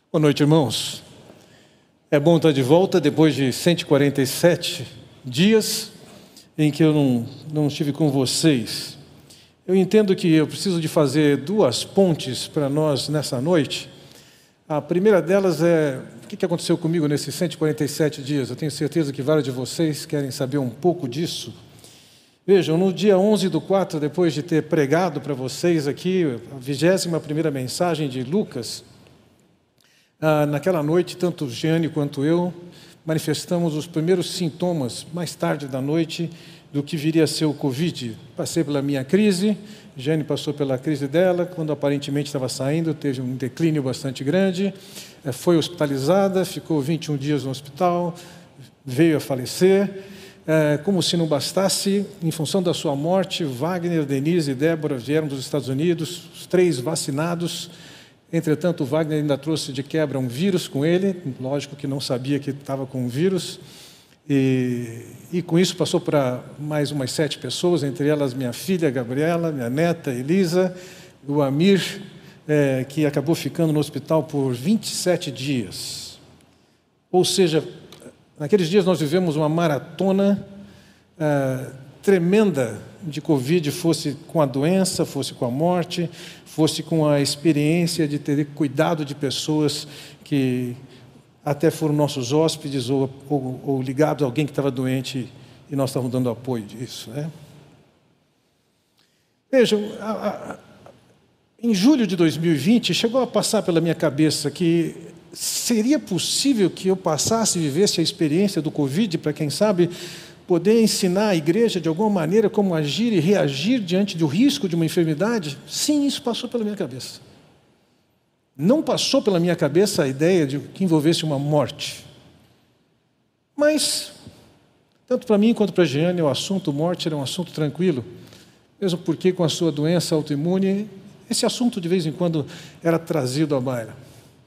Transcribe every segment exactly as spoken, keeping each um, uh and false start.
Boa noite, irmãos. É bom estar de volta depois de cento e quarenta e sete dias em que eu não, não estive com vocês. Eu entendo que eu preciso de fazer duas pontes para nós nessa noite. A primeira delas é o que aconteceu comigo nesses cento e quarenta e sete dias. Eu tenho certeza que vários de vocês querem saber um pouco disso. Vejam, no dia onze do quatro, depois de ter pregado para vocês aqui a vigésima primeira mensagem de Lucas, ah, naquela noite, tanto Jeane quanto eu manifestamos os primeiros sintomas, mais tarde da noite, do que viria a ser o Covid. Passei pela minha crise, Jeane passou pela crise dela, quando aparentemente estava saindo, teve um declínio bastante grande, foi hospitalizada, ficou vinte e um dias no hospital, veio a falecer. É, como se não bastasse, em função da sua morte, Wagner, Denise e Débora vieram dos Estados Unidos, os três vacinados. Entretanto, o Wagner ainda trouxe de quebra um vírus com ele, lógico que não sabia que estava com um vírus, e, e com isso passou para mais umas sete pessoas, entre elas minha filha Gabriela, minha neta Elisa, o Amir, é, que acabou ficando no hospital por vinte e sete dias. Ou seja, naqueles dias nós vivemos uma maratona ah, tremenda de Covid, fosse com a doença, fosse com a morte, fosse com a experiência de ter cuidado de pessoas que até foram nossos hóspedes ou, ou, ou ligados a alguém que estava doente e nós estávamos dando apoio disso, né? Vejam, a, a, em julho de dois mil e vinte, chegou a passar pela minha cabeça que seria possível que eu passasse e vivesse a experiência do Covid para, quem sabe, poder ensinar a igreja de alguma maneira como agir e reagir diante do risco de uma enfermidade? Sim, isso passou pela minha cabeça. Não passou pela minha cabeça a ideia de que envolvesse uma morte. Mas, tanto para mim quanto para a Jeane, o assunto morte era um assunto tranquilo, mesmo porque com a sua doença autoimune, esse assunto de vez em quando era trazido à baila.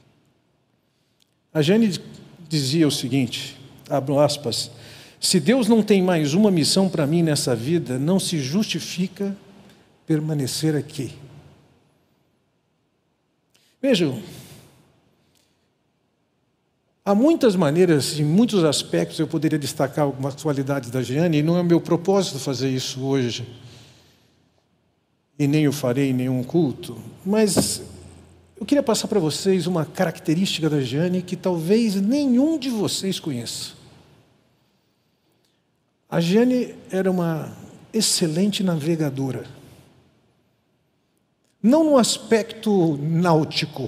A Jeane dizia o seguinte, abro aspas, se Deus não tem mais uma missão para mim nessa vida, não se justifica permanecer aqui. Vejam, há muitas maneiras, em muitos aspectos, eu poderia destacar algumas qualidades da Jeane, e não é meu propósito fazer isso hoje, e nem o farei em nenhum culto, mas eu queria passar para vocês uma característica da Jeane que talvez nenhum de vocês conheça. A Jeane era uma excelente navegadora. Não no aspecto náutico.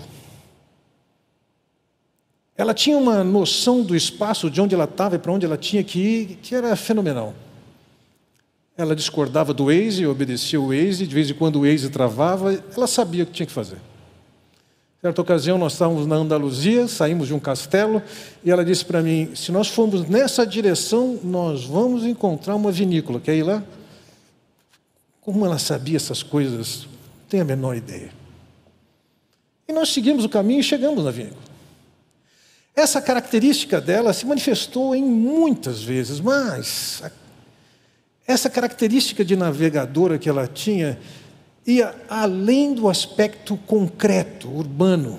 Ela tinha uma noção do espaço, de onde ela estava e para onde ela tinha que ir, que era fenomenal. Ela discordava do Waze, obedecia o Waze, de vez em quando o Waze travava, ela sabia o que tinha que fazer. Certa ocasião, nós estávamos na Andaluzia, saímos de um castelo, e ela disse para mim, se nós formos nessa direção, nós vamos encontrar uma vinícola. Quer ir lá? Como ela sabia essas coisas? Não tenho a menor ideia. E nós seguimos o caminho e chegamos na vinícola. Essa característica dela se manifestou em muitas vezes, mas essa característica de navegadora que ela tinha ia além do aspecto concreto, urbano.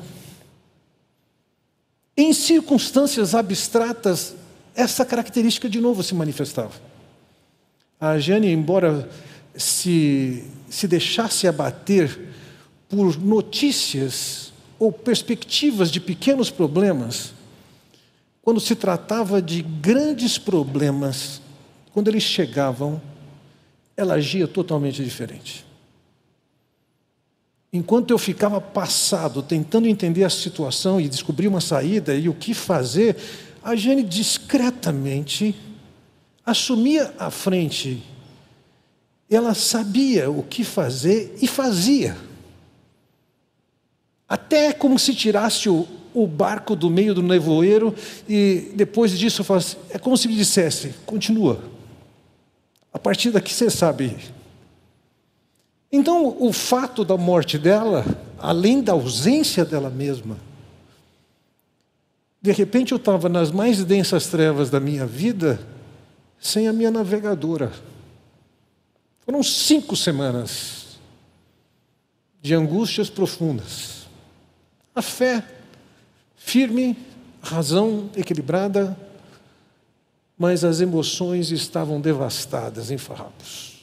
Em circunstâncias abstratas, essa característica de novo se manifestava. A Jeane, embora se, se deixasse abater por notícias ou perspectivas de pequenos problemas, quando se tratava de grandes problemas, quando eles chegavam, ela agia totalmente diferente. Enquanto eu ficava passado, tentando entender a situação e descobrir uma saída e o que fazer, a Jeane discretamente assumia a frente. Ela sabia o que fazer e fazia. Até como se tirasse o, o barco do meio do nevoeiro e depois disso eu falo assim, é como se me dissesse, continua. A partir daqui você sabe. Então, o fato da morte dela, além da ausência dela mesma, de repente eu estava nas mais densas trevas da minha vida, sem a minha navegadora. Foram cinco semanas de angústias profundas. A fé firme, razão equilibrada, mas as emoções estavam devastadas em farrapos.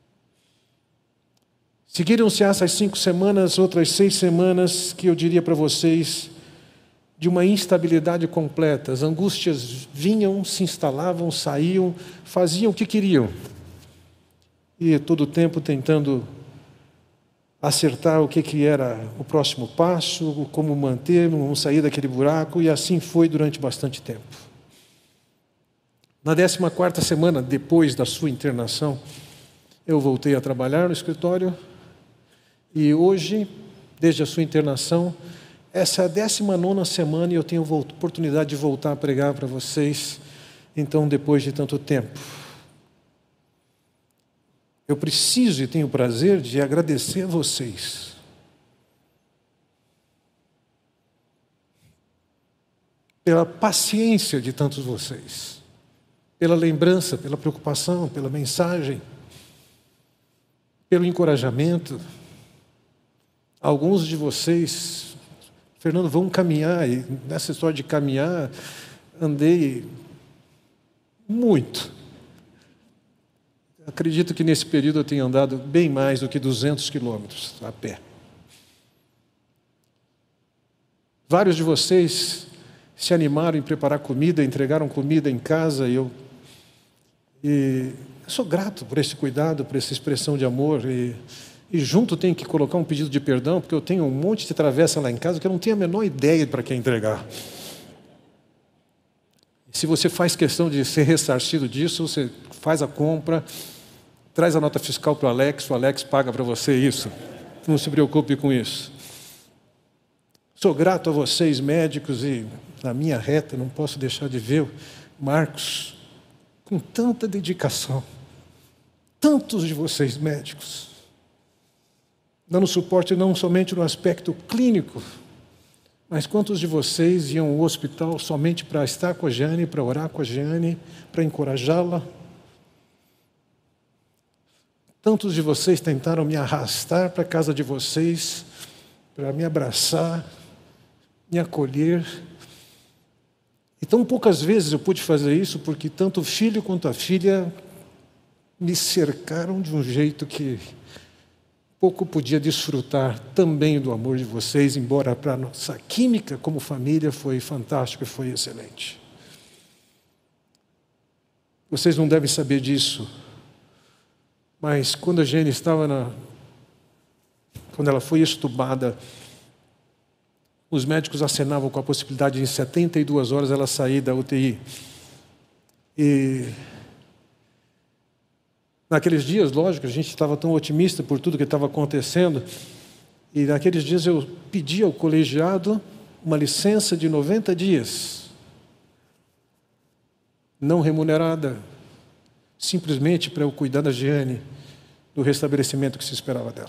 Seguiram-se essas cinco semanas, outras seis semanas, que eu diria para vocês, de uma instabilidade completa. As angústias vinham, se instalavam, saíam, faziam o que queriam. E todo o tempo tentando acertar o que, que era o próximo passo, como manter, não sair daquele buraco, e assim foi durante bastante tempo. Na décima quarta semana, depois da sua internação, eu voltei a trabalhar no escritório, e hoje, desde a sua internação, essa é a décima nona semana e eu tenho a oportunidade de voltar a pregar para vocês, então, depois de tanto tempo. Eu preciso e tenho o prazer de agradecer a vocês. Pela paciência de tantos vocês. Pela lembrança, pela preocupação, pela mensagem. Pelo encorajamento. Alguns de vocês, Fernando, vão caminhar, e nessa história de caminhar, andei muito. Acredito que nesse período eu tenha andado bem mais do que duzentos quilômetros a pé. Vários de vocês se animaram em preparar comida, entregaram comida em casa, e eu, e eu sou grato por esse cuidado, por essa expressão de amor, e, e junto tenho que colocar um pedido de perdão, porque eu tenho um monte de travessa lá em casa que eu não tenho a menor ideia para quem entregar. Se você faz questão de ser ressarcido disso, você faz a compra, traz a nota fiscal para o Alex, o Alex paga para você isso. Não se preocupe com isso. Sou grato a vocês, médicos, e na minha reta, não posso deixar de ver o Marcos, com tanta dedicação. Tantos de vocês, médicos, dando suporte não somente no aspecto clínico, mas quantos de vocês iam ao hospital somente para estar com a Jane, para orar com a Jane, para encorajá-la? Tantos de vocês tentaram me arrastar para a casa de vocês, para me abraçar, me acolher. E tão poucas vezes eu pude fazer isso, porque tanto o filho quanto a filha me cercaram de um jeito que pouco podia desfrutar também do amor de vocês, embora para a nossa química como família foi fantástico e foi excelente. Vocês não devem saber disso, mas quando a Jane estava na... quando ela foi estubada, os médicos acenavam com a possibilidade de em setenta e duas horas ela sair da U T I. E naqueles dias, lógico, a gente estava tão otimista por tudo que estava acontecendo, e naqueles dias eu pedi ao colegiado uma licença de noventa dias, não remunerada, simplesmente para eu cuidar da Giane, do restabelecimento que se esperava dela.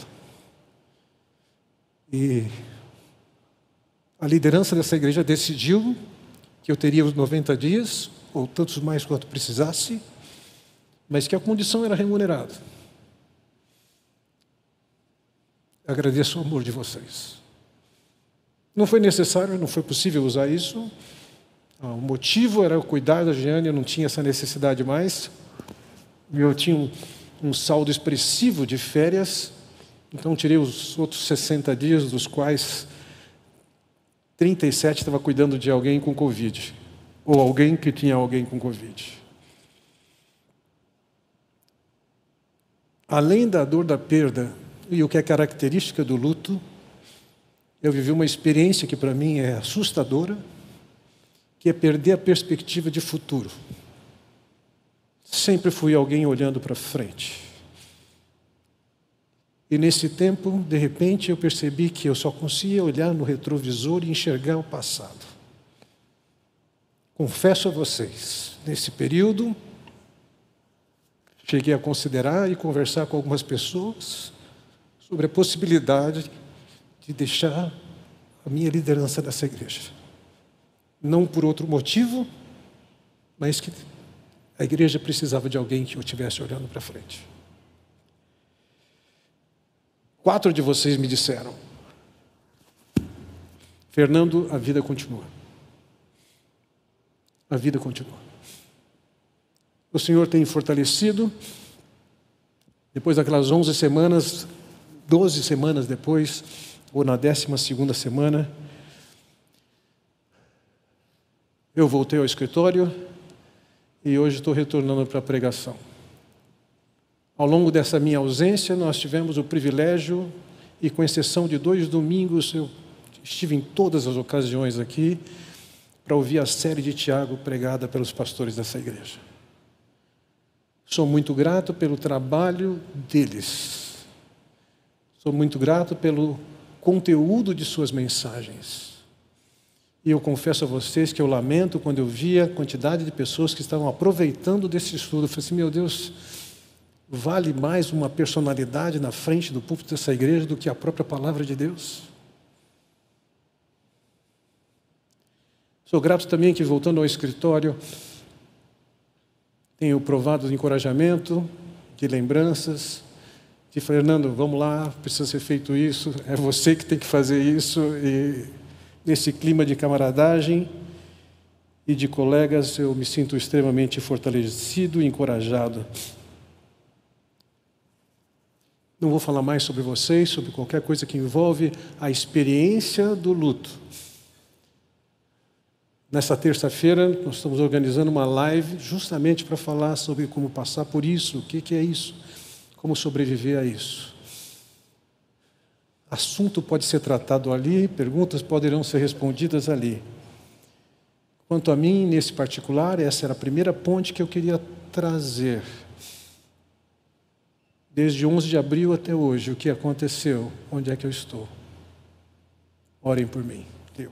E a liderança dessa igreja decidiu que eu teria os noventa dias, ou tantos mais quanto precisasse, mas que a condição era remunerada. Agradeço o amor de vocês. Não foi necessário, não foi possível usar isso. O motivo era eu cuidar da Giane, eu não tinha essa necessidade mais. Eu tinha um, um saldo expressivo de férias, então tirei os outros sessenta dias, dos quais trinta e sete estava cuidando de alguém com Covid, ou alguém que tinha alguém com Covid. Além da dor da perda e o que é característica do luto, eu vivi uma experiência que para mim é assustadora, que é perder a perspectiva de futuro. Sempre fui alguém olhando para frente. E nesse tempo, de repente, eu percebi que eu só conseguia olhar no retrovisor e enxergar o passado. Confesso a vocês, nesse período, cheguei a considerar e conversar com algumas pessoas sobre a possibilidade de deixar a minha liderança dessa igreja. Não por outro motivo, mas que a igreja precisava de alguém que eu estivesse olhando para frente. Quatro de vocês me disseram: Fernando, a vida continua. a vida continua. O Senhor tem fortalecido. Depois daquelas onze semanas, doze semanas depois, ou na décima segunda semana, eu voltei ao escritório e hoje estou retornando para a pregação. Ao longo dessa minha ausência, nós tivemos o privilégio, e com exceção de dois domingos, eu estive em todas as ocasiões aqui, para ouvir a série de Tiago pregada pelos pastores dessa igreja. Sou muito grato pelo trabalho deles. Sou muito grato pelo conteúdo de suas mensagens. E eu confesso a vocês que eu lamento quando eu via a quantidade de pessoas que estavam aproveitando desse estudo. Eu falei assim, meu Deus, vale mais uma personalidade na frente do púlpito dessa igreja do que a própria palavra de Deus? Sou grato também que, voltando ao escritório, tenho provado de encorajamento, de lembranças, de Fernando, vamos lá, precisa ser feito isso, é você que tem que fazer isso, e nesse clima de camaradagem e de colegas, eu me sinto extremamente fortalecido e encorajado. Não vou falar mais sobre vocês, sobre qualquer coisa que envolve a experiência do luto. Nessa terça-feira, nós estamos organizando uma live justamente para falar sobre como passar por isso, o que, que é isso, como sobreviver a isso. Assunto pode ser tratado ali, perguntas poderão ser respondidas ali. Quanto a mim, nesse particular, essa era a primeira ponte que eu queria trazer. Desde onze de abril até hoje, o que aconteceu? Onde é que eu estou? Orem por mim. Eu.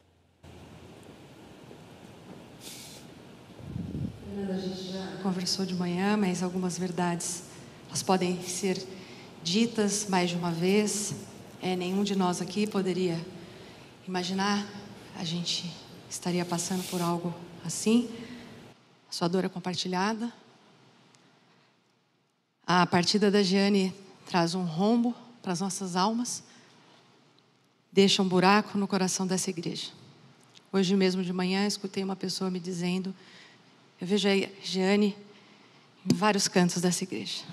A gente já conversou de manhã, mas algumas verdades elas podem ser ditas mais de uma vez. É, nenhum de nós aqui poderia imaginar a gente estaria passando por algo assim. A sua dor é compartilhada. A partida da Jeane traz um rombo para as nossas almas, deixa um buraco no coração dessa igreja. Hoje mesmo de manhã escutei uma pessoa me dizendo, eu vejo a Jeane em vários cantos dessa igreja.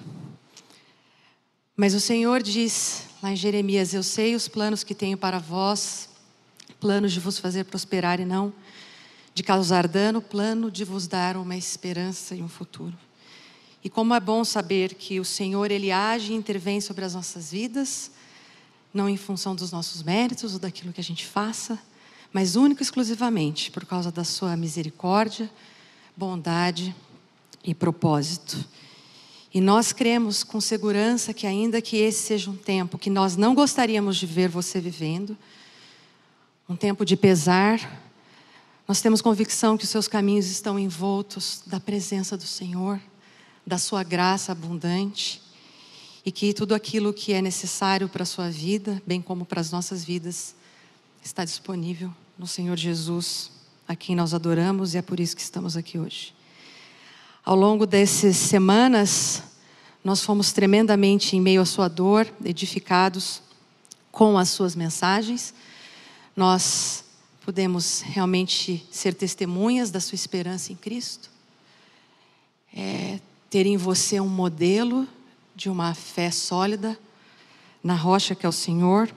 Mas o Senhor diz lá em Jeremias, eu sei os planos que tenho para vós, planos de vos fazer prosperar e não de causar dano, plano de vos dar uma esperança e um futuro. E como é bom saber que o Senhor, Ele age e intervém sobre as nossas vidas, não em função dos nossos méritos ou daquilo que a gente faça, mas único e exclusivamente por causa da sua misericórdia, bondade e propósito. E nós cremos com segurança que ainda que esse seja um tempo que nós não gostaríamos de ver você vivendo, um tempo de pesar, nós temos convicção que os seus caminhos estão envoltos da presença do Senhor, da sua graça abundante, e que tudo aquilo que é necessário para a sua vida, bem como para as nossas vidas, está disponível no Senhor Jesus, a quem nós adoramos, e é por isso que estamos aqui hoje. Ao longo dessas semanas, nós fomos tremendamente em meio à sua dor, edificados com as suas mensagens. Nós pudemos realmente ser testemunhas da sua esperança em Cristo, é, ter em você um modelo de uma fé sólida na rocha que é o Senhor,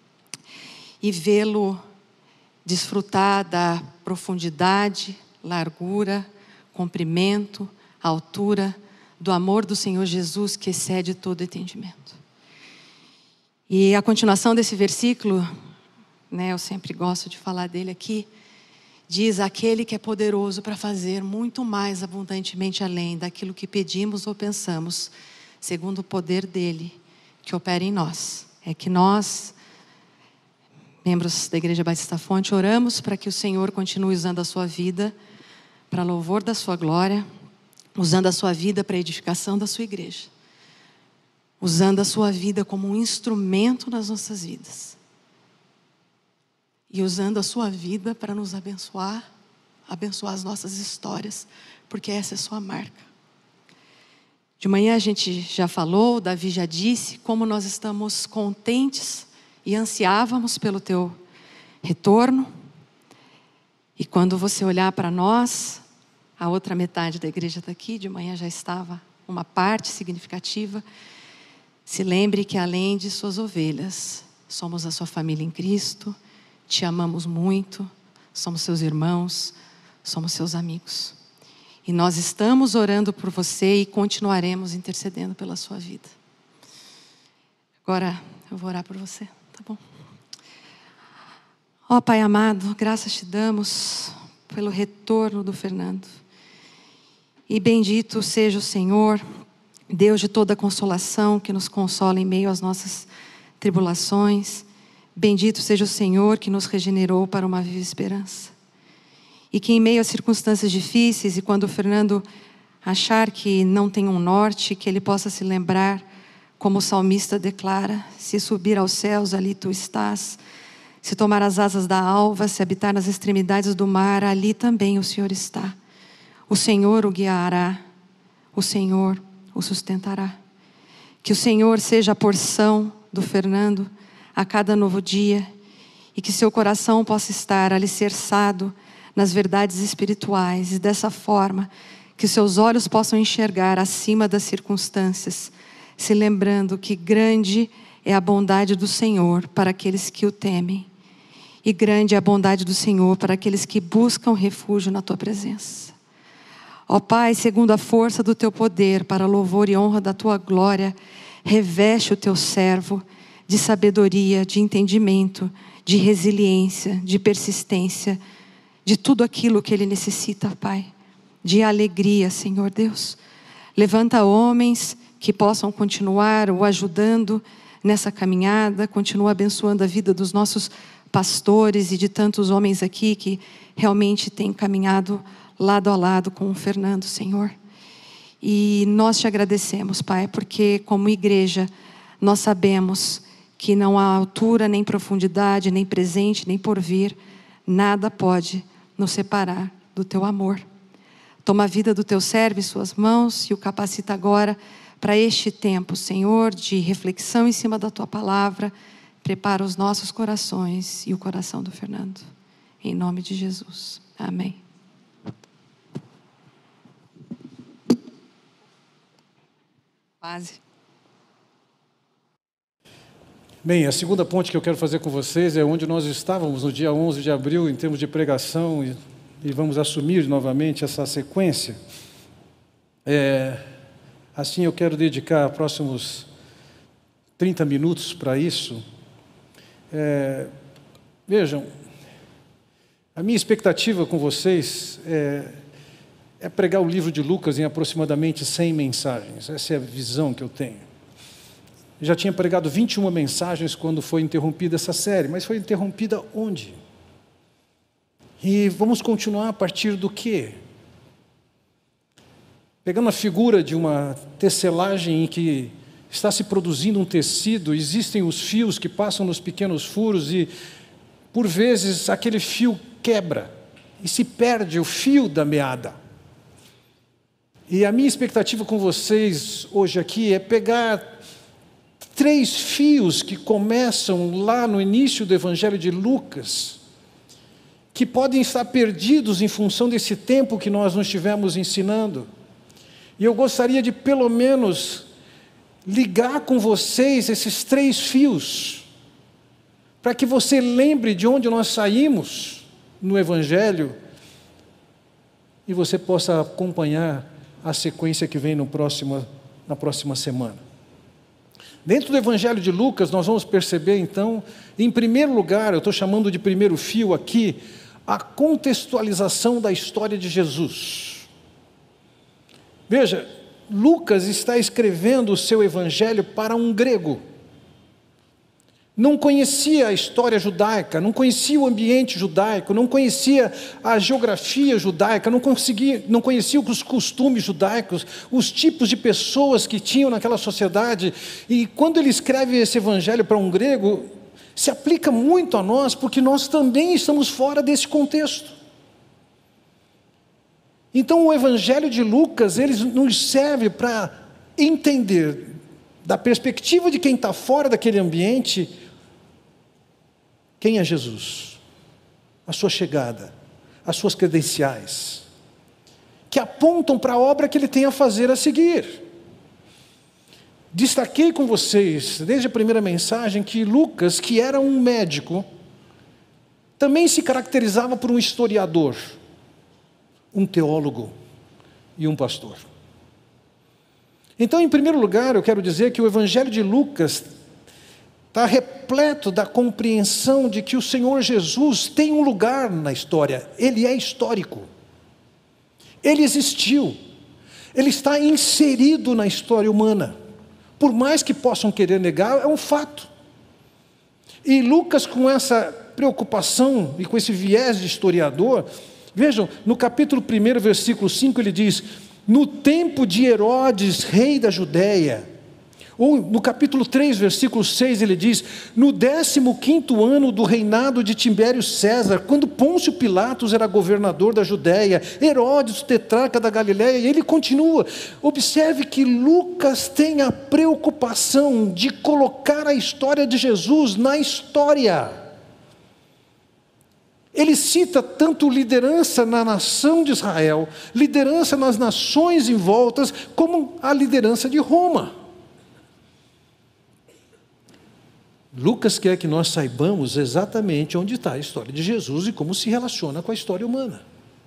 e vê-lo desfrutar da profundidade, largura, comprimento, altura do amor do Senhor Jesus que excede todo entendimento. E a continuação desse versículo, né, eu sempre gosto de falar dele aqui, diz: aquele que é poderoso para fazer muito mais abundantemente além daquilo que pedimos ou pensamos, segundo o poder dele que opera em nós. É que nós, membros da Igreja Batista Fonte, oramos para que o Senhor continue usando a sua vida para louvor da sua glória, usando a sua vida para a edificação da sua igreja, usando a sua vida como um instrumento nas nossas vidas, e usando a sua vida para nos abençoar, abençoar as nossas histórias, porque essa é a sua marca. De manhã a gente já falou, Davi já disse, como nós estamos contentes e ansiávamos pelo teu retorno. E quando você olhar para nós, a outra metade da igreja está aqui, de manhã já estava uma parte significativa. Se lembre que além de suas ovelhas, somos a sua família em Cristo, te amamos muito, somos seus irmãos, somos seus amigos. E nós estamos orando por você e continuaremos intercedendo pela sua vida. Agora eu vou orar por você, tá bom? Ó Pai amado, graças te damos pelo retorno do Fernando. E bendito seja o Senhor, Deus de toda consolação, que nos consola em meio às nossas tribulações. Bendito seja o Senhor que nos regenerou para uma viva esperança. E que em meio às circunstâncias difíceis, e quando o Fernando achar que não tem um norte, que ele possa se lembrar, como o salmista declara: se subir aos céus, ali tu estás. Se tomar as asas da alva, se habitar nas extremidades do mar, ali também o Senhor está. O Senhor o guiará, o Senhor o sustentará. Que o Senhor seja a porção do Fernando a cada novo dia, e que seu coração possa estar alicerçado nas verdades espirituais, e dessa forma que seus olhos possam enxergar acima das circunstâncias, se lembrando que grande é a bondade do Senhor para aqueles que o temem, e grande é a bondade do Senhor para aqueles que buscam refúgio na tua presença. Ó Pai, segundo a força do teu poder, para louvor e honra da tua glória, reveste o teu servo de sabedoria, de entendimento, de resiliência, de persistência, de tudo aquilo que ele necessita, Pai, de alegria, Senhor Deus. Levanta homens que possam continuar o ajudando nessa caminhada, continua abençoando a vida dos nossos pastores e de tantos homens aqui que realmente têm caminhado lado a lado com o Fernando, Senhor. E nós te agradecemos, Pai, porque como igreja nós sabemos que não há altura, nem profundidade, nem presente, nem porvir, nada pode nos separar do teu amor. Toma a vida do teu servo em suas mãos e o capacita agora para este tempo, Senhor, de reflexão em cima da tua palavra. Prepara os nossos corações e o coração do Fernando. Em nome de Jesus. Amém. Quase. Bem, a segunda ponte que eu quero fazer com vocês é onde nós estávamos no dia onze de abril, em termos de pregação, e, e vamos assumir novamente essa sequência. É, assim eu quero dedicar próximos trinta minutos para isso. É, vejam, a minha expectativa com vocês é, é pregar o livro de Lucas em aproximadamente cem mensagens. Essa é a visão que eu tenho. Já tinha pregado vinte e uma mensagens quando foi interrompida essa série, mas foi interrompida onde? E vamos continuar a partir do quê? Pegando a figura de uma tecelagem em que está se produzindo um tecido, existem os fios que passam nos pequenos furos e, por vezes, aquele fio quebra e se perde o fio da meada. E a minha expectativa com vocês hoje aqui é pegar três fios que começam lá no início do Evangelho de Lucas, que podem estar perdidos em função desse tempo que nós não estivemos ensinando. E eu gostaria de, pelo menos, ligar com vocês esses três fios, para que você lembre de onde nós saímos no Evangelho, e você possa acompanhar a sequência que vem no próximo, na próxima semana. Dentro do Evangelho de Lucas, nós vamos perceber, então, em primeiro lugar, eu estou chamando de primeiro fio aqui, a contextualização da história de Jesus. Veja, Lucas está escrevendo o seu Evangelho para um grego. Não conhecia a história judaica, não conhecia o ambiente judaico, não conhecia a geografia judaica, não, conseguia, não conhecia os costumes judaicos, os tipos de pessoas que tinham naquela sociedade. E quando ele escreve esse evangelho para um grego, se aplica muito a nós, porque nós também estamos fora desse contexto. Então o evangelho de Lucas, ele nos serve para entender, da perspectiva de quem está fora daquele ambiente, quem é Jesus, a sua chegada, as suas credenciais, que apontam para a obra que ele tem a fazer a seguir. Destaquei com vocês, desde a primeira mensagem, que Lucas, que era um médico, também se caracterizava por um historiador, um teólogo e um pastor. Então, em primeiro lugar, eu quero dizer que o Evangelho de Lucas está repleto da compreensão de que o Senhor Jesus tem um lugar na história. Ele é histórico. Ele existiu. Ele está inserido na história humana. Por mais que possam querer negar, é um fato. E Lucas, com essa preocupação e com esse viés de historiador, vejam, no capítulo primeiro, versículo cinco, ele diz: no tempo de Herodes, rei da Judéia. Ou no capítulo três, versículo seis, ele diz: no décimo quinto ano do reinado de Tibério César, quando Pôncio Pilatos era governador da Judéia, Herodes, o tetrarca da Galiléia, e ele continua. Observe que Lucas tem a preocupação de colocar a história de Jesus na história. Ele cita tanto liderança na nação de Israel, liderança nas nações em voltas, como a liderança de Roma. Lucas quer que nós saibamos exatamente onde está a história de Jesus e como se relaciona com a história humana.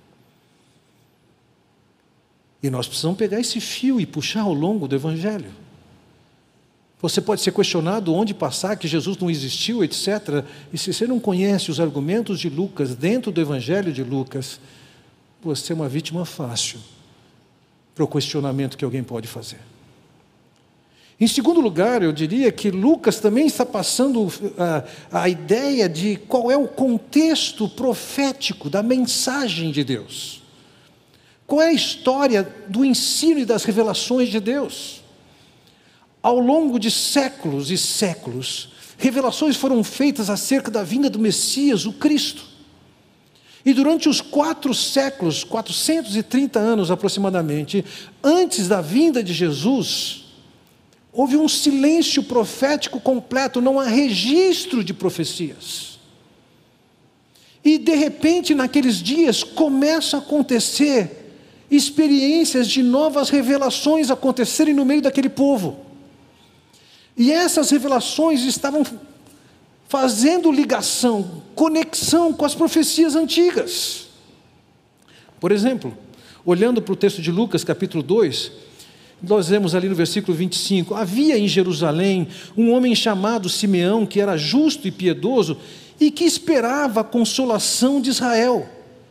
E nós precisamos pegar esse fio e puxar ao longo do Evangelho. Você pode ser questionado onde passar, que Jesus não existiu, etcétera. E se você não conhece os argumentos de Lucas dentro do Evangelho de Lucas, você é uma vítima fácil para o questionamento que alguém pode fazer. Em segundo lugar, eu diria que Lucas também está passando a, a ideia de qual é o contexto profético da mensagem de Deus. Qual é a história do ensino e das revelações de Deus? Ao longo de séculos e séculos, revelações foram feitas acerca da vinda do Messias, o Cristo. E durante os quatro séculos, quatrocentos e trinta anos aproximadamente, antes da vinda de Jesus, houve um silêncio profético completo, não há registro de profecias. E de repente, naqueles dias, começam a acontecer experiências de novas revelações acontecerem no meio daquele povo. E essas revelações estavam fazendo ligação, conexão com as profecias antigas. Por exemplo, olhando para o texto de Lucas, capítulo dois, nós vemos ali no versículo vinte e cinco, havia em Jerusalém um homem chamado Simeão, que era justo e piedoso, e que esperava a consolação de Israel.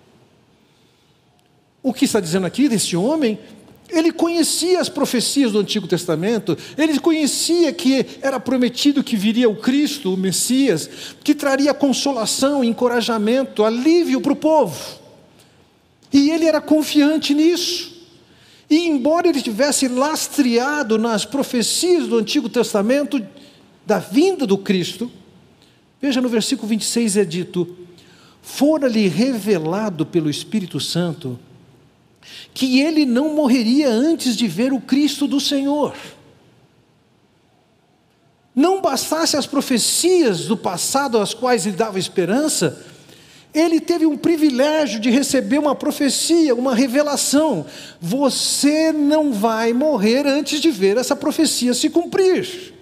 O que está dizendo aqui desse homem? Ele conhecia as profecias do Antigo Testamento, ele conhecia que era prometido que viria o Cristo, o Messias, que traria consolação, encorajamento, alívio para o povo. E ele era confiante nisso. E embora ele tivesse lastreado nas profecias do Antigo Testamento da vinda do Cristo, veja no versículo vinte e seis é dito: fora-lhe revelado pelo Espírito Santo que ele não morreria antes de ver o Cristo do Senhor. Não bastasse as profecias do passado às quais ele dava esperança, ele teve um privilégio de receber uma profecia, uma revelação. Você não vai morrer antes de ver essa profecia se cumprir.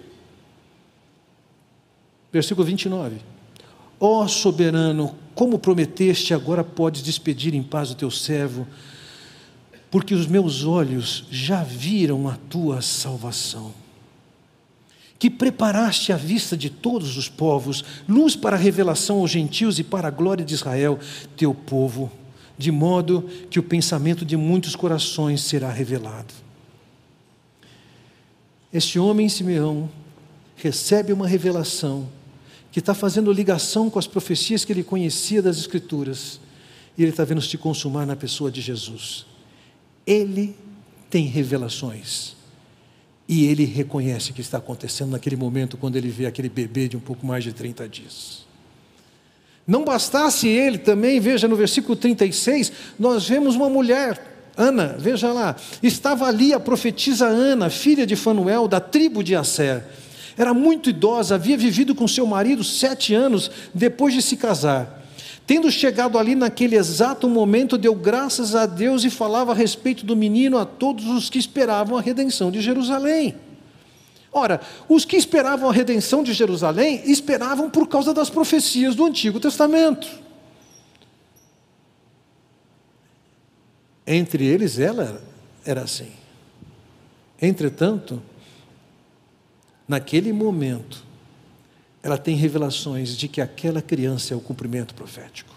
Versículo vinte e nove. Ó soberano, como prometeste, agora podes despedir em paz o teu servo, porque os meus olhos já viram a tua salvação, que preparaste à vista de todos os povos, luz para a revelação aos gentios e para a glória de Israel, teu povo, de modo que o pensamento de muitos corações será revelado. Este homem, Simeão, recebe uma revelação que está fazendo ligação com as profecias que ele conhecia das Escrituras, e ele está vendo se consumar na pessoa de Jesus. Ele tem revelações. E ele reconhece o que está acontecendo naquele momento, quando ele vê aquele bebê de um pouco mais de trinta dias. Não bastasse ele também, veja no versículo trinta e seis, nós vemos uma mulher, Ana, veja lá, estava ali a profetisa Ana, filha de Fanuel, da tribo de Asser. Era muito idosa, havia vivido com seu marido sete anos depois de se casar. Tendo chegado ali naquele exato momento, deu graças a Deus e falava a respeito do menino a todos os que esperavam a redenção de Jerusalém. Ora, os que esperavam a redenção de Jerusalém, esperavam por causa das profecias do Antigo Testamento. Entre eles, ela era assim. Entretanto, naquele momento, ela tem revelações de que aquela criança é o cumprimento profético.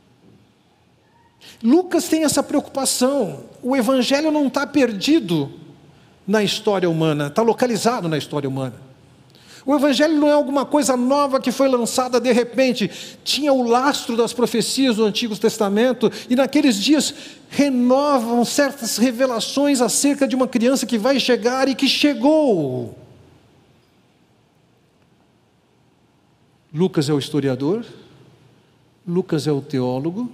Lucas tem essa preocupação. O evangelho não está perdido na história humana, está localizado na história humana. O evangelho não é alguma coisa nova que foi lançada de repente. Tinha o lastro das profecias do Antigo Testamento, e naqueles dias renovam certas revelações acerca de uma criança que vai chegar e que chegou. Lucas é o historiador, Lucas é o teólogo,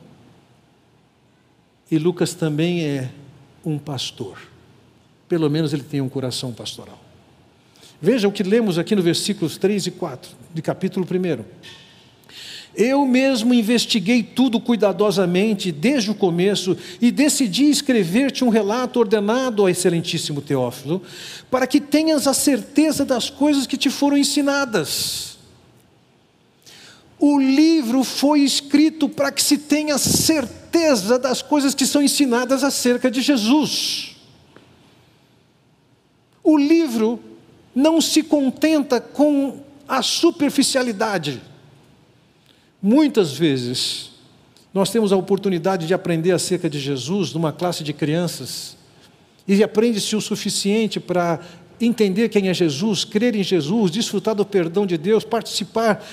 e Lucas também é um pastor. Pelo menos ele tem um coração pastoral. Veja o que lemos aqui no versículos três e quatro, de capítulo primeiro. Eu mesmo investiguei tudo cuidadosamente desde o começo e decidi escrever-te um relato ordenado ao excelentíssimo Teófilo, para que tenhas a certeza das coisas que te foram ensinadas. O livro foi escrito para que se tenha certeza das coisas que são ensinadas acerca de Jesus. O livro não se contenta com a superficialidade. Muitas vezes, nós temos a oportunidade de aprender acerca de Jesus numa classe de crianças, e aprende-se o suficiente para entender quem é Jesus, crer em Jesus, desfrutar do perdão de Deus, participar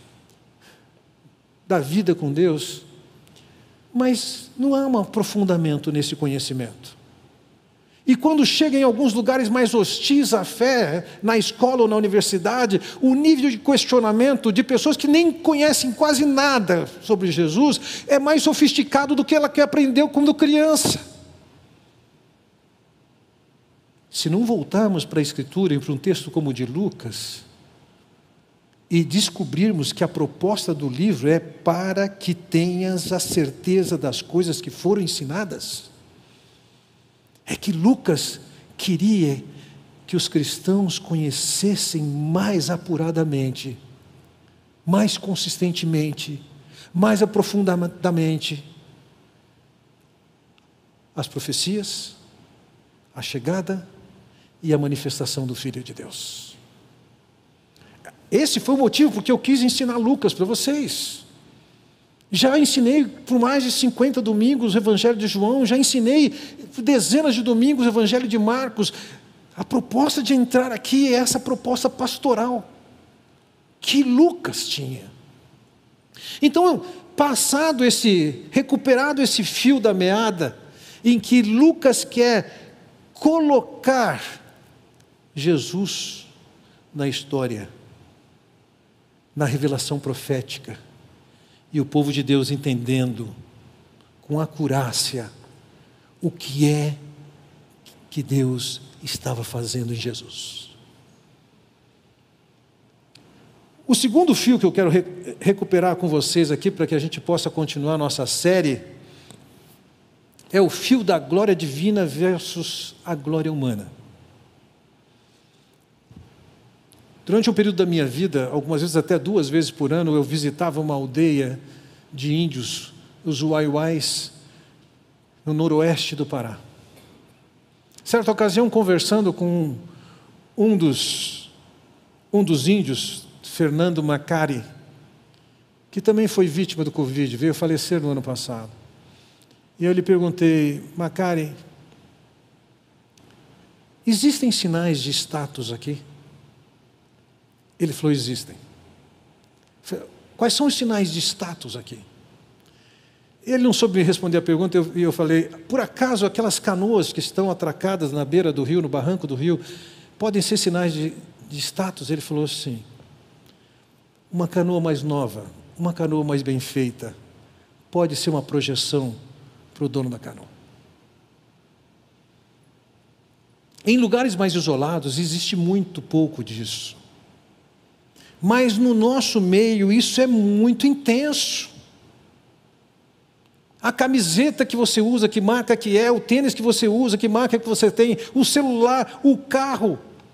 da vida com Deus, mas não há um aprofundamento nesse conhecimento. E quando chega em alguns lugares mais hostis à fé, na escola ou na universidade, o nível de questionamento de pessoas que nem conhecem quase nada sobre Jesus é mais sofisticado do que ela que aprendeu quando criança. Se não voltarmos para a Escritura e para um texto como o de Lucas, e descobrirmos que a proposta do livro é para que tenhas a certeza das coisas que foram ensinadas, é que Lucas queria que os cristãos conhecessem mais apuradamente, mais consistentemente, mais aprofundadamente as profecias, a chegada e a manifestação do Filho de Deus. Esse foi o motivo porque eu quis ensinar Lucas para vocês. Já ensinei por mais de cinquenta domingos o Evangelho de João, já ensinei por dezenas de domingos o Evangelho de Marcos. A proposta de entrar aqui é essa proposta pastoral que Lucas tinha. Então, passado esse, recuperado esse fio da meada, em que Lucas quer colocar Jesus na história, na revelação profética, e o povo de Deus entendendo com acurácia o que é que Deus estava fazendo em Jesus. O segundo fio que eu quero re- recuperar com vocês aqui, para que a gente possa continuar a nossa série, é o fio da glória divina versus a glória humana. Durante um período da minha vida, algumas vezes até duas vezes por ano, eu visitava uma aldeia de índios, os Uaiuais, no noroeste do Pará. Certa ocasião, conversando com um dos, um dos índios, Fernando Macari, que também foi vítima do Covid, veio falecer no ano passado. E eu lhe perguntei: Macari, existem sinais de status aqui? Ele falou: existem. Quais são os sinais de status aqui? Ele não soube me responder a pergunta, e eu, eu falei: por acaso aquelas canoas que estão atracadas na beira do rio, no barranco do rio, podem ser sinais de, de status? Ele falou: sim. Uma canoa mais nova, uma canoa mais bem feita, pode ser uma projeção para o dono da canoa. Em lugares mais isolados existe muito pouco disso. Mas no nosso meio isso é muito intenso. A camiseta que você usa, que marca que é, o tênis que você usa, que marca que você tem, o celular, o carro.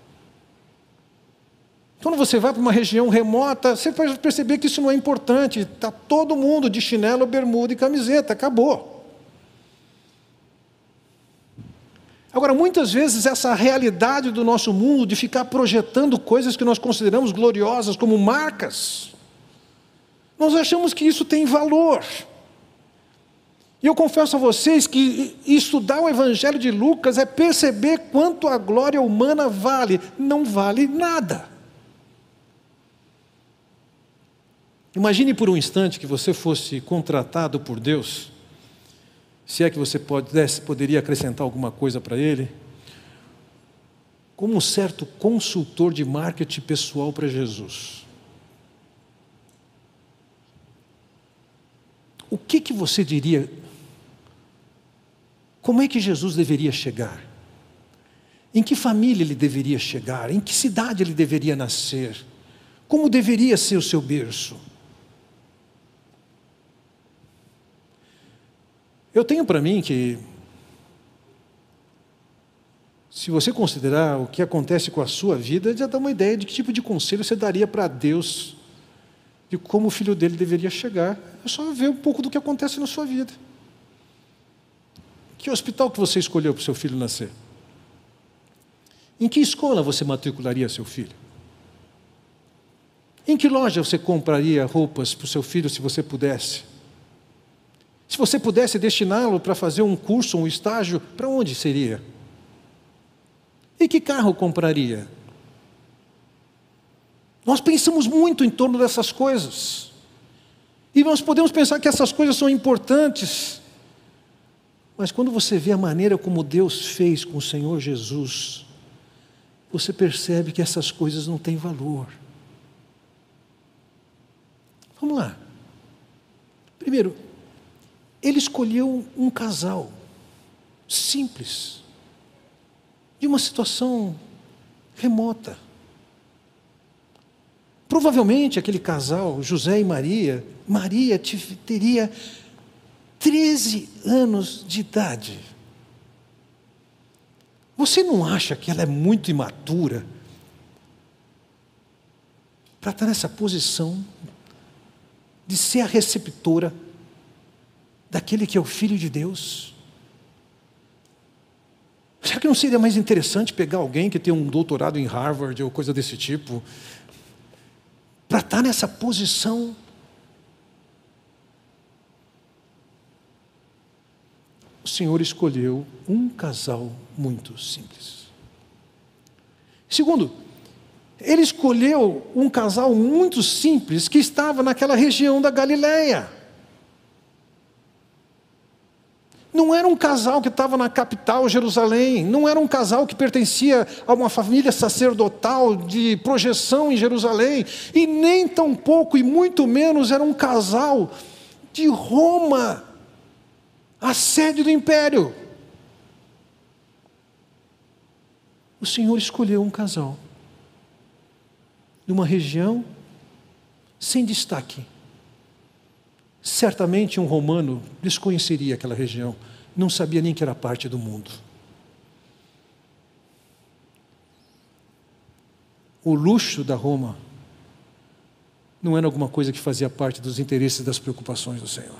Quando você vai para uma região remota, você pode perceber que isso não é importante. Está todo mundo de chinelo, bermuda e camiseta, acabou. Agora, muitas vezes, essa realidade do nosso mundo de ficar projetando coisas que nós consideramos gloriosas como marcas, nós achamos que isso tem valor. E eu confesso a vocês que estudar o Evangelho de Lucas é perceber quanto a glória humana vale. Não vale nada. Imagine por um instante que você fosse contratado por Deus, se é que você pudesse, poderia acrescentar alguma coisa para Ele, como um certo consultor de marketing pessoal para Jesus. O que que você diria? Como é que Jesus deveria chegar? Em que família ele deveria chegar? Em que cidade ele deveria nascer? Como deveria ser o seu berço? Eu tenho para mim que, se você considerar o que acontece com a sua vida, já dá uma ideia de que tipo de conselho você daria para Deus, de como o filho dele deveria chegar. É só ver um pouco do que acontece na sua vida. Que hospital que você escolheu para o seu filho nascer? Em que escola você matricularia seu filho? Em que loja você compraria roupas para o seu filho se você pudesse? Se você pudesse destiná-lo para fazer um curso, um estágio, para onde seria? E que carro compraria? Nós pensamos muito em torno dessas coisas. E nós podemos pensar que essas coisas são importantes. Mas quando você vê a maneira como Deus fez com o Senhor Jesus, você percebe que essas coisas não têm valor. Vamos lá. Primeiro, ele escolheu um casal simples, de uma situação remota. Provavelmente aquele casal, José e Maria, Maria teria treze anos de idade. Você não acha que ela é muito imatura para estar nessa posição de ser a receptora daquele que é o Filho de Deus? Será que não seria mais interessante pegar alguém que tem um doutorado em Harvard ou coisa desse tipo, para estar nessa posição? O Senhor escolheu um casal muito simples. Segundo, Ele escolheu um casal muito simples que estava naquela região da Galileia. Não era um casal que estava na capital, Jerusalém. Não era um casal que pertencia a uma família sacerdotal de projeção em Jerusalém. E nem tampouco, e muito menos, era um casal de Roma, a sede do império. O Senhor escolheu um casal de uma região sem destaque. Certamente um romano desconheceria aquela região, não sabia nem que era parte do mundo. O luxo da Roma não era alguma coisa que fazia parte dos interesses e das preocupações do Senhor.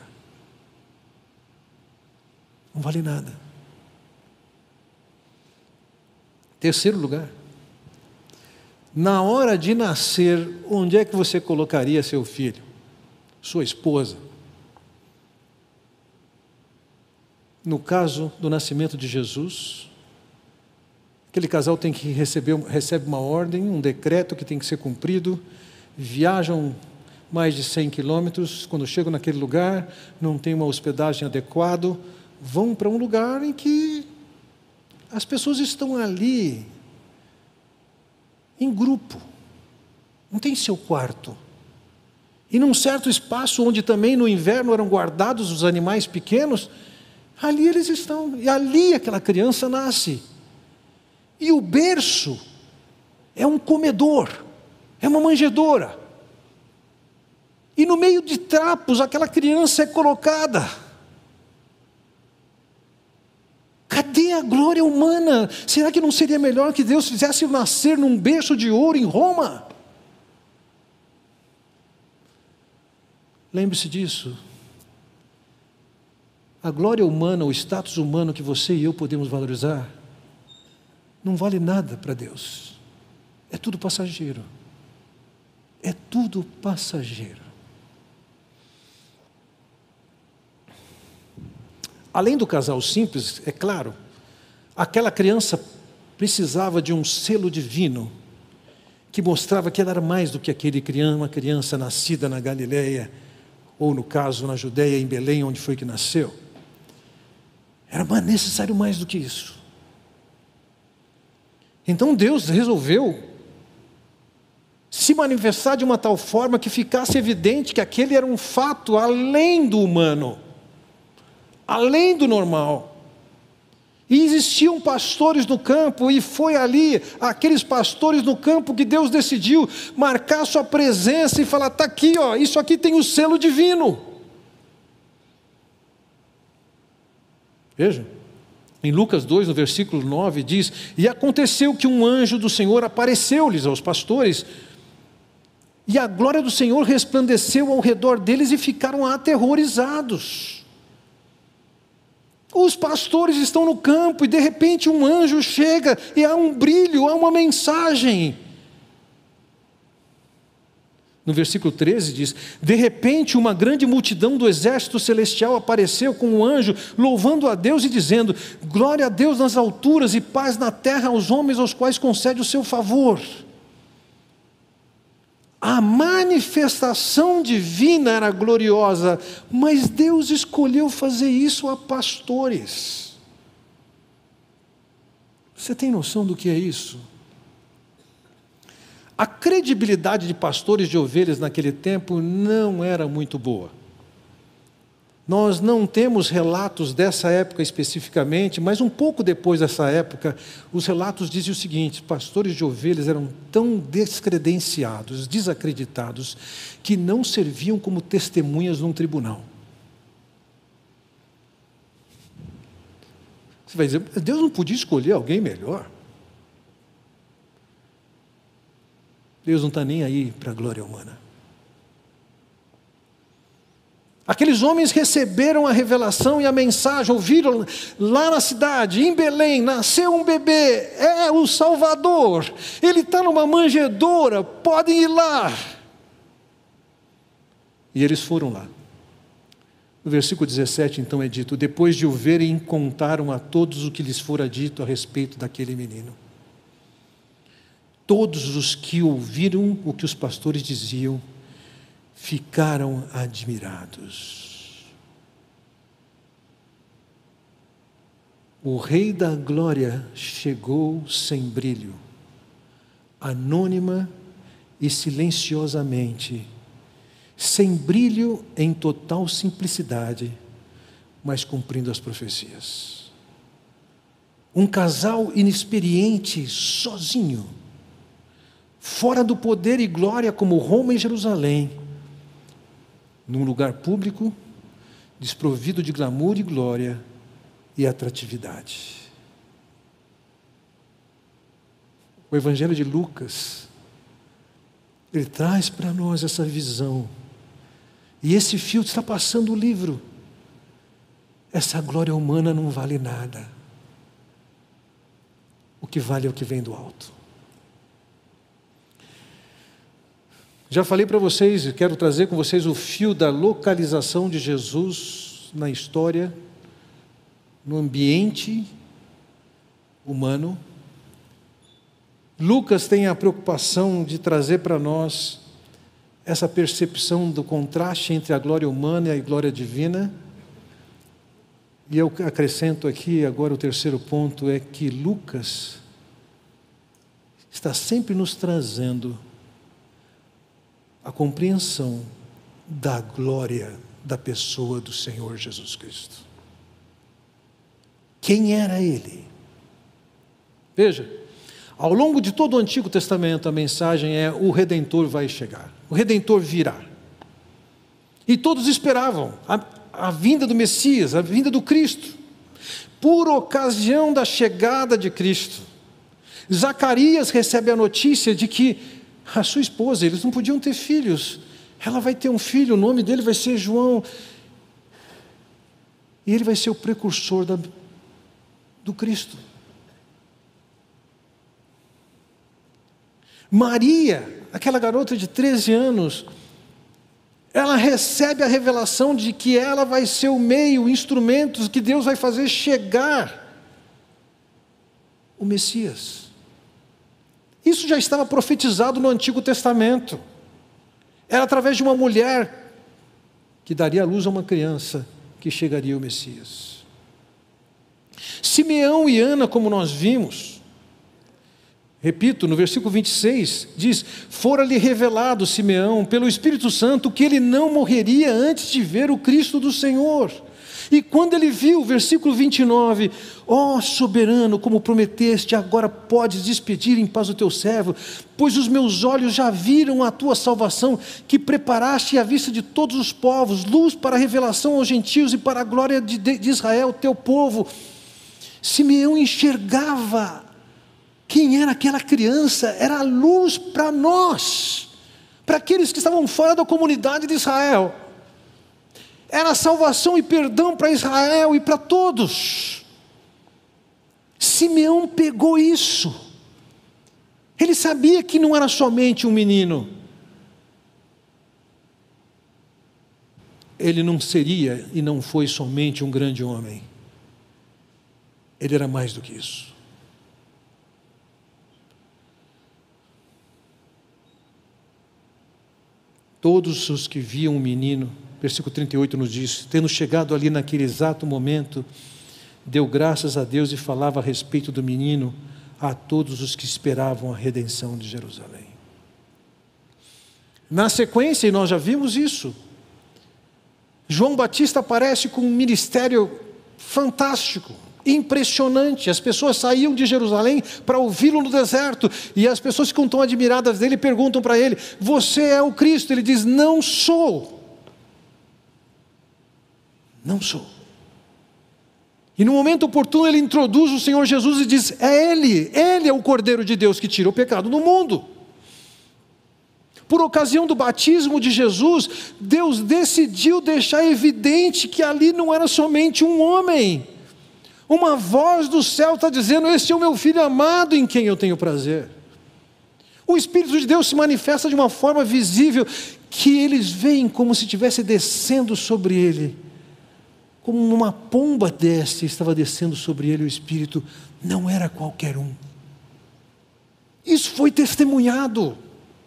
Não vale nada. Terceiro lugar, na hora de nascer, onde é que você colocaria seu filho? Sua esposa? No caso do nascimento de Jesus, aquele casal tem que receber, recebe uma ordem, um decreto que tem que ser cumprido, viajam mais de cem quilômetros, quando chegam naquele lugar, não tem uma hospedagem adequada, vão para um lugar em que as pessoas estão ali, em grupo, não tem seu quarto. E num certo espaço onde também no inverno eram guardados os animais pequenos, ali eles estão, e ali aquela criança nasce. E o berço é um comedor, é uma manjedoura. E no meio de trapos aquela criança é colocada. Cadê a glória humana? Será que não seria melhor que Deus fizesse nascer num berço de ouro em Roma? Lembre-se disso. A glória humana, o status humano que você e eu podemos valorizar, não vale nada para Deus. É tudo passageiro. É tudo passageiro. Além do casal simples, é claro, aquela criança precisava de um selo divino que mostrava que ela era mais do que aquele criança, uma criança nascida na Galileia, ou no caso na Judeia, em Belém, onde foi que nasceu. Era necessário mais do que isso. Então Deus resolveu se manifestar de uma tal forma que ficasse evidente que aquele era um fato além do humano, além do normal. E existiam pastores no campo, e foi ali, aqueles pastores no campo, que Deus decidiu marcar sua presença e falar: está aqui, ó, isso aqui tem o selo divino. Veja, em Lucas dois, no versículo nove, diz: e aconteceu que um anjo do Senhor apareceu-lhes aos pastores, e a glória do Senhor resplandeceu ao redor deles, e ficaram aterrorizados. Os pastores estão no campo e de repente um anjo chega e há um brilho, há uma mensagem. No versículo treze diz: de repente uma grande multidão do exército celestial apareceu com um anjo, louvando a Deus e dizendo: glória a Deus nas alturas e paz na terra aos homens aos quais concede o seu favor. A manifestação divina era gloriosa, mas Deus escolheu fazer isso a pastores. Você tem noção do que é isso? A credibilidade de pastores de ovelhas naquele tempo não era muito boa. Nós não temos relatos dessa época especificamente, mas um pouco depois dessa época, os relatos dizem o seguinte: pastores de ovelhas eram tão descredenciados, desacreditados, que não serviam como testemunhas num tribunal. Você vai dizer: Deus não podia escolher alguém melhor? Deus não está nem aí para a glória humana. Aqueles homens receberam a revelação e a mensagem, ouviram lá na cidade, em Belém, nasceu um bebê, é o Salvador, ele está numa manjedoura, podem ir lá. E eles foram lá. No versículo dezessete, então, é dito: depois de o verem, contaram a todos o que lhes fora dito a respeito daquele menino. Todos os que ouviram o que os pastores diziam ficaram admirados. O Rei da Glória chegou sem brilho, anônima e silenciosamente, sem brilho, em total simplicidade, mas cumprindo as profecias. Um casal inexperiente, sozinho, fora do poder e glória como Roma e Jerusalém, num lugar público, desprovido de glamour e glória e atratividade. O Evangelho de Lucas, ele traz para nós essa visão, e esse fio está passando o livro. Essa glória humana não vale nada. O que vale é o que vem do alto. Já falei para vocês, e quero trazer com vocês o fio da localização de Jesus na história, no ambiente humano. Lucas tem a preocupação de trazer para nós essa percepção do contraste entre a glória humana e a glória divina. E eu acrescento aqui agora o terceiro ponto, é que Lucas está sempre nos trazendo a compreensão da glória da pessoa do Senhor Jesus Cristo. Quem era Ele? Veja, ao longo de todo o Antigo Testamento, a mensagem é: o Redentor vai chegar, o Redentor virá. E todos esperavam a, a vinda do Messias, a vinda do Cristo. Por ocasião da chegada de Cristo, Zacarias recebe a notícia de que a sua esposa, eles não podiam ter filhos, ela vai ter um filho, o nome dele vai ser João, e ele vai ser o precursor da, do Cristo. Maria, aquela garota de treze anos, ela recebe a revelação de que ela vai ser o meio, o instrumento que Deus vai fazer chegar o Messias. Isso já estava profetizado no Antigo Testamento. Era através de uma mulher que daria à luz a uma criança que chegaria o Messias. Simeão e Ana, como nós vimos, repito, no versículo vinte e seis, diz: fora-lhe revelado, Simeão, pelo Espírito Santo, que ele não morreria antes de ver o Cristo do Senhor. E quando ele viu, versículo vinte e nove, ó soberano, como prometeste, agora podes despedir em paz o teu servo, pois os meus olhos já viram a tua salvação, que preparaste à vista de todos os povos, luz para a revelação aos gentios e para a glória de, de Israel, teu povo. Simeão enxergava quem era aquela criança, era a luz para nós, para aqueles que estavam fora da comunidade de Israel. Era salvação e perdão para Israel e para todos. Simeão pegou isso. Ele sabia que não era somente um menino. Ele não seria e não foi somente um grande homem. Ele era mais do que isso. Todos os que viam o menino, versículo trinta e oito nos diz, tendo chegado ali naquele exato momento, deu graças a Deus e falava a respeito do menino a todos os que esperavam a redenção de Jerusalém. Na sequência, e nós já vimos isso, João Batista aparece com um ministério fantástico, impressionante. As pessoas saíam de Jerusalém para ouvi-lo no deserto, e as pessoas ficam tão admiradas dele e perguntam para ele: você é o Cristo? Ele diz: não sou. Não sou. E no momento oportuno ele introduz o Senhor Jesus e diz: é Ele, Ele é o Cordeiro de Deus que tira o pecado do mundo. Por ocasião do batismo de Jesus, Deus decidiu deixar evidente que ali não era somente um homem. Uma voz do céu está dizendo: este é o meu filho amado em quem eu tenho prazer. O Espírito de Deus se manifesta de uma forma visível, que eles veem como se estivesse descendo sobre ele. Como uma pomba desce, estava descendo sobre ele o Espírito. Não era qualquer um. Isso foi testemunhado.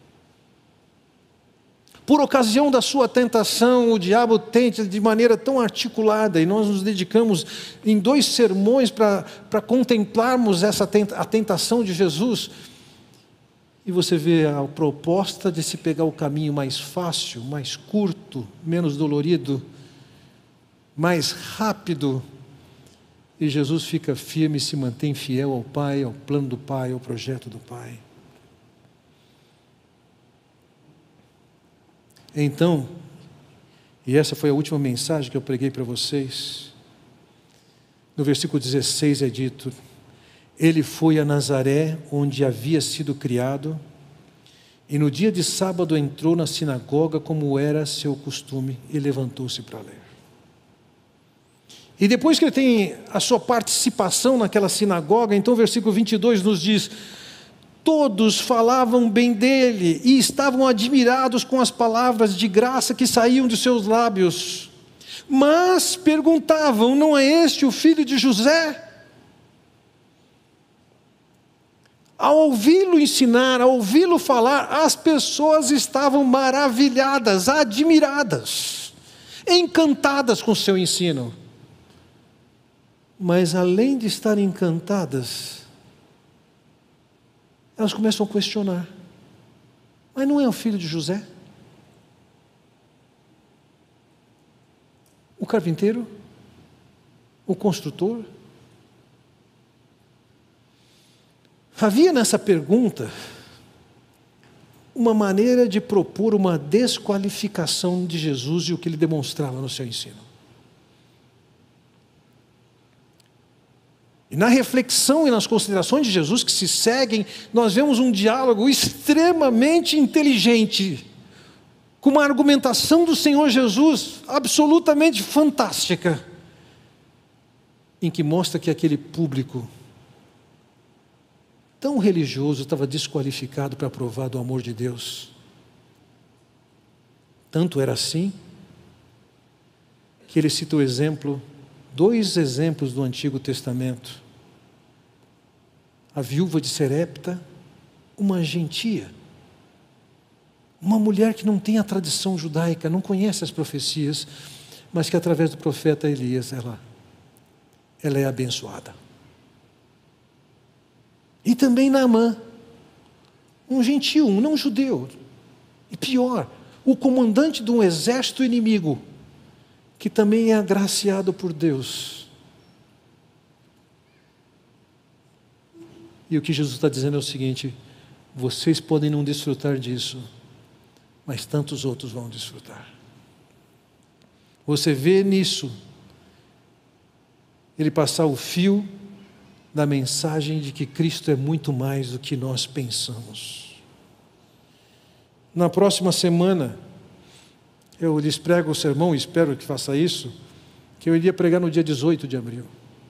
Por ocasião da sua tentação, o diabo tenta de maneira tão articulada, e nós nos dedicamos em dois sermões para, para contemplarmos essa tenta, a tentação de Jesus. E você vê a proposta de se pegar o caminho mais fácil, mais curto, menos dolorido, mais rápido, e Jesus fica firme e se mantém fiel ao Pai, ao plano do Pai, ao projeto do Pai. Então, e essa foi a última mensagem que eu preguei para vocês, no versículo dezesseis é dito: ele foi a Nazaré, onde havia sido criado, e no dia de sábado entrou na sinagoga, como era seu costume, e levantou-se para ler. E depois que ele tem a sua participação naquela sinagoga, então o versículo vinte e dois nos diz: todos falavam bem dele e estavam admirados com as palavras de graça que saíam de seus lábios. Mas perguntavam: não é este o filho de José? Ao ouvi-lo ensinar, ao ouvi-lo falar, as pessoas estavam maravilhadas, admiradas, encantadas com o seu ensino. Mas além de estarem encantadas, elas começam a questionar: mas não é o filho de José? O carpinteiro? O construtor? Havia nessa pergunta uma maneira de propor uma desqualificação de Jesus e o que ele demonstrava no seu ensino. E na reflexão e nas considerações de Jesus que se seguem, nós vemos um diálogo extremamente inteligente, com uma argumentação do Senhor Jesus absolutamente fantástica, em que mostra que aquele público tão religioso estava desqualificado para provar do amor de Deus. Tanto era assim, que ele cita o exemplo, dois exemplos do Antigo Testamento. A viúva de Serepta, uma gentia, uma mulher que não tem a tradição judaica, não conhece as profecias, mas que através do profeta Elias, ela, ela é abençoada. E também Naamã, um gentio, um não judeu, e pior, o comandante de um exército inimigo, que também é agraciado por Deus. E o que Jesus está dizendo é o seguinte: vocês podem não desfrutar disso, mas tantos outros vão desfrutar. Você vê nisso ele passar o fio da mensagem de que Cristo é muito mais do que nós pensamos. Na próxima semana, eu lhes prego o sermão, espero que faça isso, que eu iria pregar no dia dezoito de abril,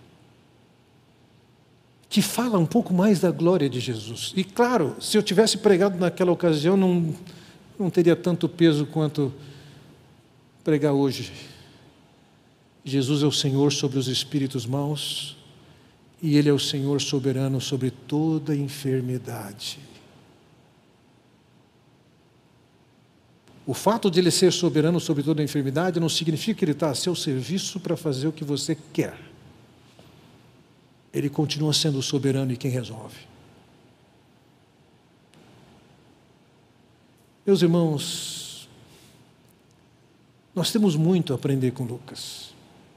que fala um pouco mais da glória de Jesus. E claro, se eu tivesse pregado naquela ocasião, não, não teria tanto peso quanto pregar hoje. Jesus é o Senhor sobre os espíritos maus, e Ele é o Senhor soberano sobre toda enfermidade. O fato de Ele ser soberano sobre toda enfermidade não significa que Ele está a seu serviço para fazer o que você quer. Ele continua sendo o soberano e quem resolve. Meus irmãos, nós temos muito a aprender com Lucas.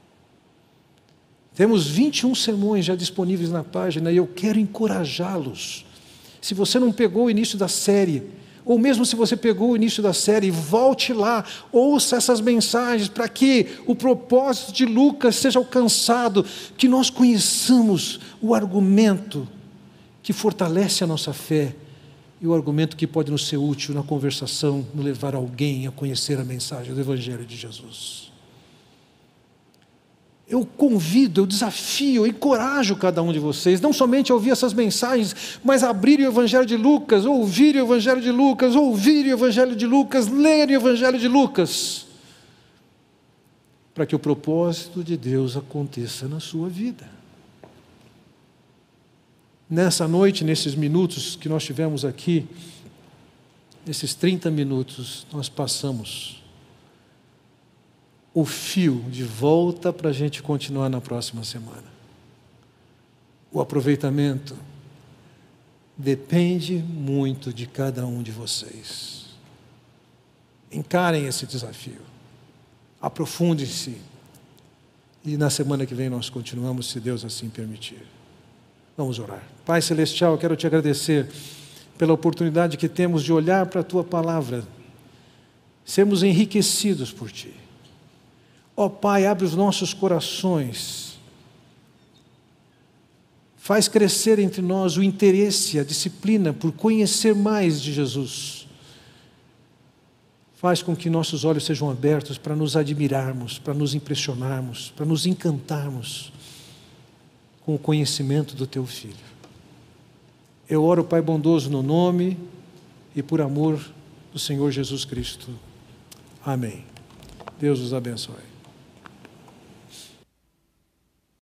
Temos vinte e um sermões já disponíveis na página e eu quero encorajá-los. Se você não pegou o início da série, ou mesmo se você pegou o início da série, volte lá, ouça essas mensagens para que o propósito de Lucas seja alcançado, que nós conheçamos o argumento que fortalece a nossa fé e o argumento que pode nos ser útil na conversação, no levar alguém a conhecer a mensagem do Evangelho de Jesus. Eu convido, eu desafio, eu encorajo cada um de vocês, não somente a ouvir essas mensagens, mas a abrirem o Evangelho de Lucas, ouvirem o Evangelho de Lucas, ouvirem o Evangelho de Lucas, lerem o Evangelho de Lucas, para que o propósito de Deus aconteça na sua vida. Nessa noite, nesses minutos que nós tivemos aqui, nesses trinta minutos, nós passamos o fio de volta para a gente continuar na próxima semana. O aproveitamento depende muito de cada um de vocês. Encarem esse desafio, aprofundem-se, e na semana que vem nós continuamos, se Deus assim permitir. Vamos orar. Pai Celestial, eu quero te agradecer pela oportunidade que temos de olhar para a Tua Palavra, sermos enriquecidos por Ti. Ó Pai, abre os nossos corações, faz crescer entre nós o interesse, a disciplina por conhecer mais de Jesus. Faz com que nossos olhos sejam abertos para nos admirarmos, para nos impressionarmos, para nos encantarmos com o conhecimento do Teu Filho. Eu oro, Pai bondoso, no nome e por amor do Senhor Jesus Cristo. Amém. Deus os abençoe.